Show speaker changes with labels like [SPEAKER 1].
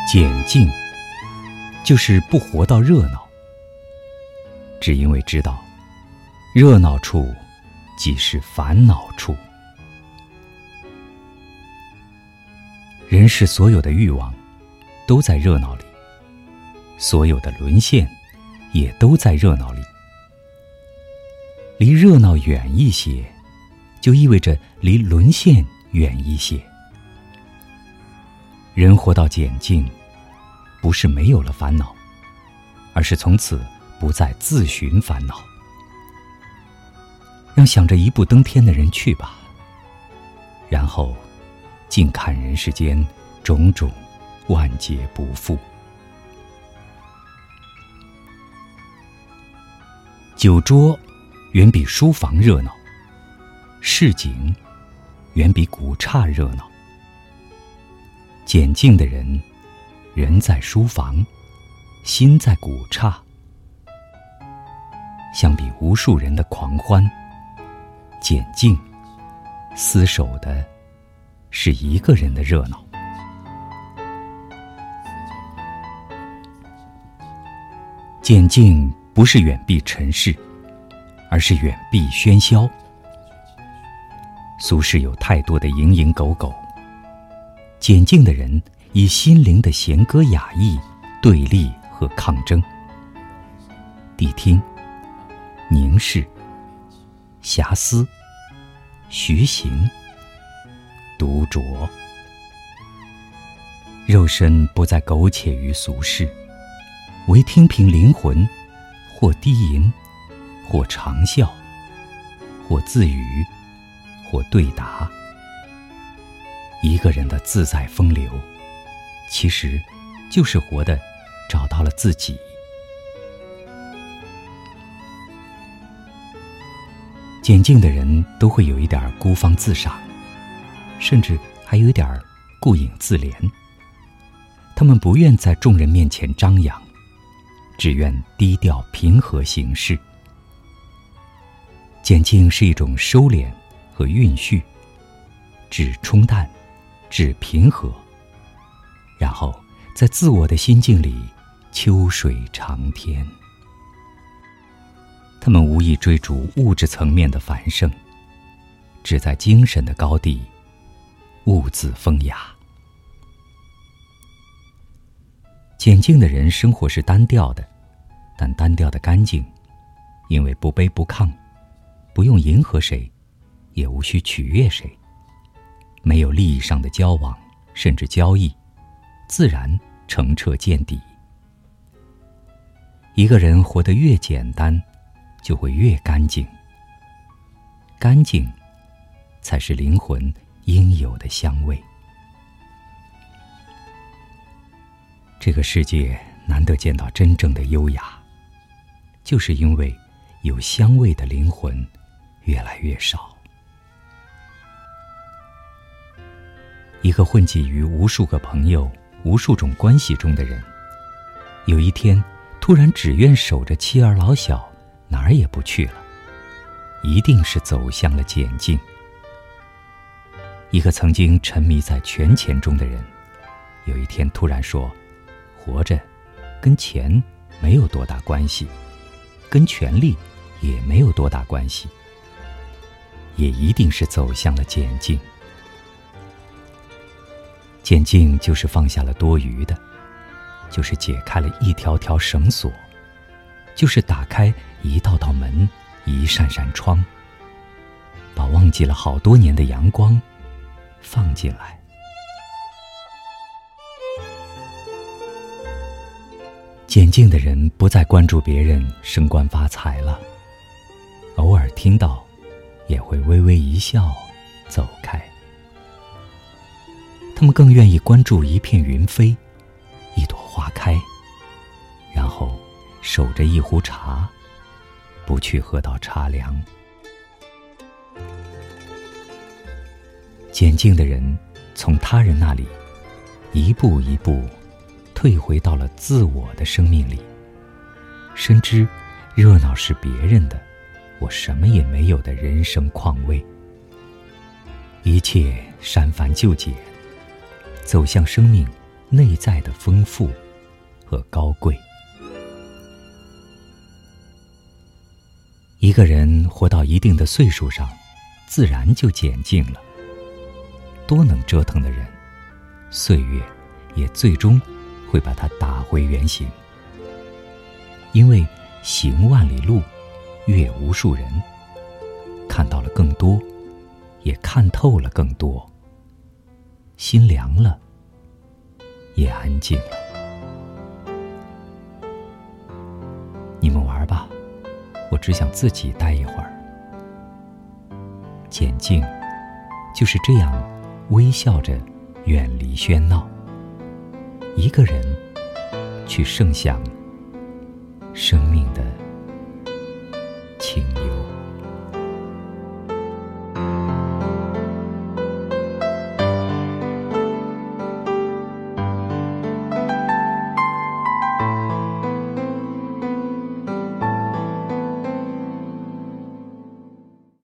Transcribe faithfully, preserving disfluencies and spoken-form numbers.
[SPEAKER 1] 简静就是不活到热闹，只因为知道热闹处即是烦恼处。人世所有的欲望都在热闹里，所有的沦陷也都在热闹里。离热闹远一些，就意味着离沦陷远一些。人活到简静，不是没有了烦恼，而是从此不再自寻烦恼。让想着一步登天的人去吧，然后静看人世间种种万劫不复。酒桌远比书房热闹，市井远比古刹热闹。简静的人，人在书房，心在古刹。相比无数人的狂欢，简静厮守的是一个人的热闹。简静不是远避尘世，而是远避喧嚣。俗世有太多的蝇营狗苟，简静的人以心灵的弦歌雅意对立和抗争。谛听、凝视、遐思、徐行、独酌，肉身不再苟且于俗世，唯听凭灵魂，或低吟，或长啸，或自语，或对答。一个人的自在风流，其实就是活得找到了自己。简静的人都会有一点孤芳自赏，甚至还有一点顾影自怜。他们不愿在众人面前张扬，只愿低调平和行事。简静是一种收敛和蕴蓄，只冲淡，只平和，然后在自我的心境里秋水长天。他们无意追逐物质层面的繁盛，只在精神的高地兀自风雅。简静的人生活是单调的，但单调的干净，因为不卑不亢，不用迎合谁，也无需取悦谁，没有利益上的交往甚至交易，自然澄澈见底。一个人活得越简单，就会越干净，干净才是灵魂应有的香味。这个世界难得见到真正的优雅，就是因为有香味的灵魂越来越少。一个混迹于无数个朋友、无数种关系中的人，有一天突然只愿守着妻儿老小，哪儿也不去了，一定是走向了简静。一个曾经沉迷在权钱中的人，有一天突然说，活着跟钱没有多大关系，跟权力也没有多大关系，也一定是走向了简静。简静就是放下了多余的，就是解开了一条条绳索，就是打开一道道门，一扇扇窗，把忘记了好多年的阳光放进来。简静的人不再关注别人升官发财了，偶尔听到也会微微一笑走开。他们更愿意关注一片云飞，一朵花开，然后守着一壶茶，不去喝到茶凉。简静的人从他人那里一步一步退回到了自我的生命里，深知热闹是别人的，我什么也没有的人生况味。一切删繁就简，走向生命内在的丰富和高贵。一个人活到一定的岁数上，自然就减静了。多能折腾的人，岁月也最终会把他打回原形。因为行万里路，阅无数人，看到了更多，也看透了更多，心凉了，也安静了。你们玩吧，我只想自己待一会儿。简静就是这样微笑着远离喧闹，一个人去盛享生命的